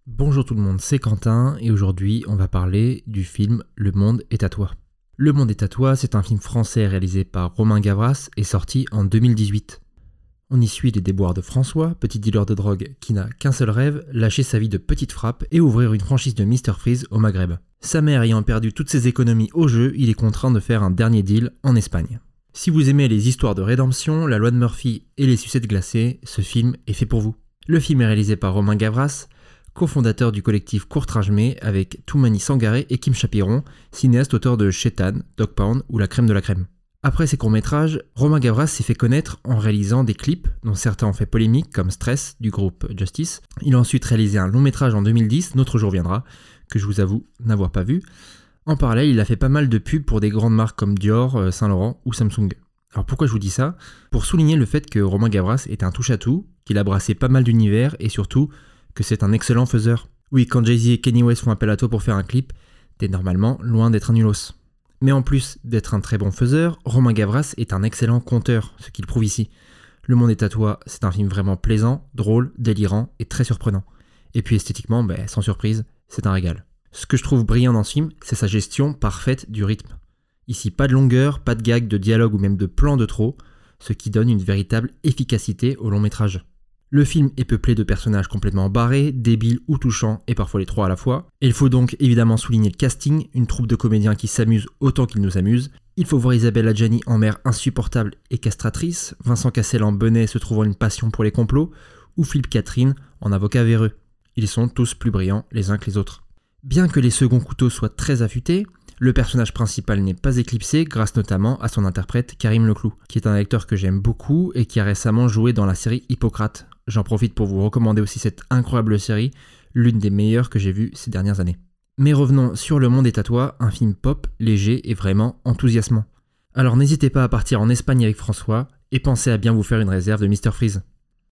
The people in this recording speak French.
Bonjour tout le monde, c'est Quentin et aujourd'hui on va parler du film Le Monde est à toi. Le Monde est à toi, c'est un film français réalisé par Romain Gavras et sorti en 2018. On y suit les déboires de François, petit dealer de drogue qui n'a qu'un seul rêve, lâcher sa vie de petite frappe et ouvrir une franchise de Mr Freeze au Maghreb. Sa mère ayant perdu toutes ses économies au jeu, il est contraint de faire un dernier deal en Espagne. Si vous aimez les histoires de rédemption, la loi de Murphy et les sucettes glacées, ce film est fait pour vous. Le film est réalisé par Romain Gavras, cofondateur du collectif Courtrage-May avec Toumani Sangaré et Kim Chapiron, cinéaste auteur de Shaitan, Dog Pound ou La Crème de la Crème. Après ses courts-métrages, Romain Gavras s'est fait connaître en réalisant des clips dont certains ont fait polémique comme Stress du groupe Justice. Il a ensuite réalisé un long-métrage en 2010, Notre jour viendra, que je vous avoue n'avoir pas vu. En parallèle, il a fait pas mal de pubs pour des grandes marques comme Dior, Saint-Laurent ou Samsung. Alors pourquoi je vous dis ça ? Pour souligner le fait que Romain Gavras est un touche-à-tout, qu'il a brassé pas mal d'univers et surtout que c'est un excellent faiseur. Oui, quand Jay-Z et Kanye West font appel à toi pour faire un clip, t'es normalement loin d'être un nulos. Mais en plus d'être un très bon faiseur, Romain Gavras est un excellent conteur, ce qu'il prouve ici. Le Monde est à toi, c'est un film vraiment plaisant, drôle, délirant et très surprenant. Et puis esthétiquement, sans surprise, c'est un régal. Ce que je trouve brillant dans ce film, c'est sa gestion parfaite du rythme. Ici, pas de longueur, pas de gag, de dialogue ou même de plan de trop, ce qui donne une véritable efficacité au long métrage. Le film est peuplé de personnages complètement barrés, débiles ou touchants, et parfois les trois à la fois. Et il faut donc évidemment souligner le casting, une troupe de comédiens qui s'amusent autant qu'ils nous amusent. Il faut voir Isabelle Adjani en mère insupportable et castratrice, Vincent Cassel en bonnet se trouvant une passion pour les complots, ou Philippe Catherine en avocat véreux. Ils sont tous plus brillants les uns que les autres. Bien que les seconds couteaux soient très affûtés, le personnage principal n'est pas éclipsé grâce notamment à son interprète Karim Leclou, qui est un acteur que j'aime beaucoup et qui a récemment joué dans la série Hippocrate. J'en profite pour vous recommander aussi cette incroyable série, l'une des meilleures que j'ai vues ces dernières années. Mais revenons sur Le Monde est à toi, un film pop, léger et vraiment enthousiasmant. Alors n'hésitez pas à partir en Espagne avec François et pensez à bien vous faire une réserve de Mr Freeze.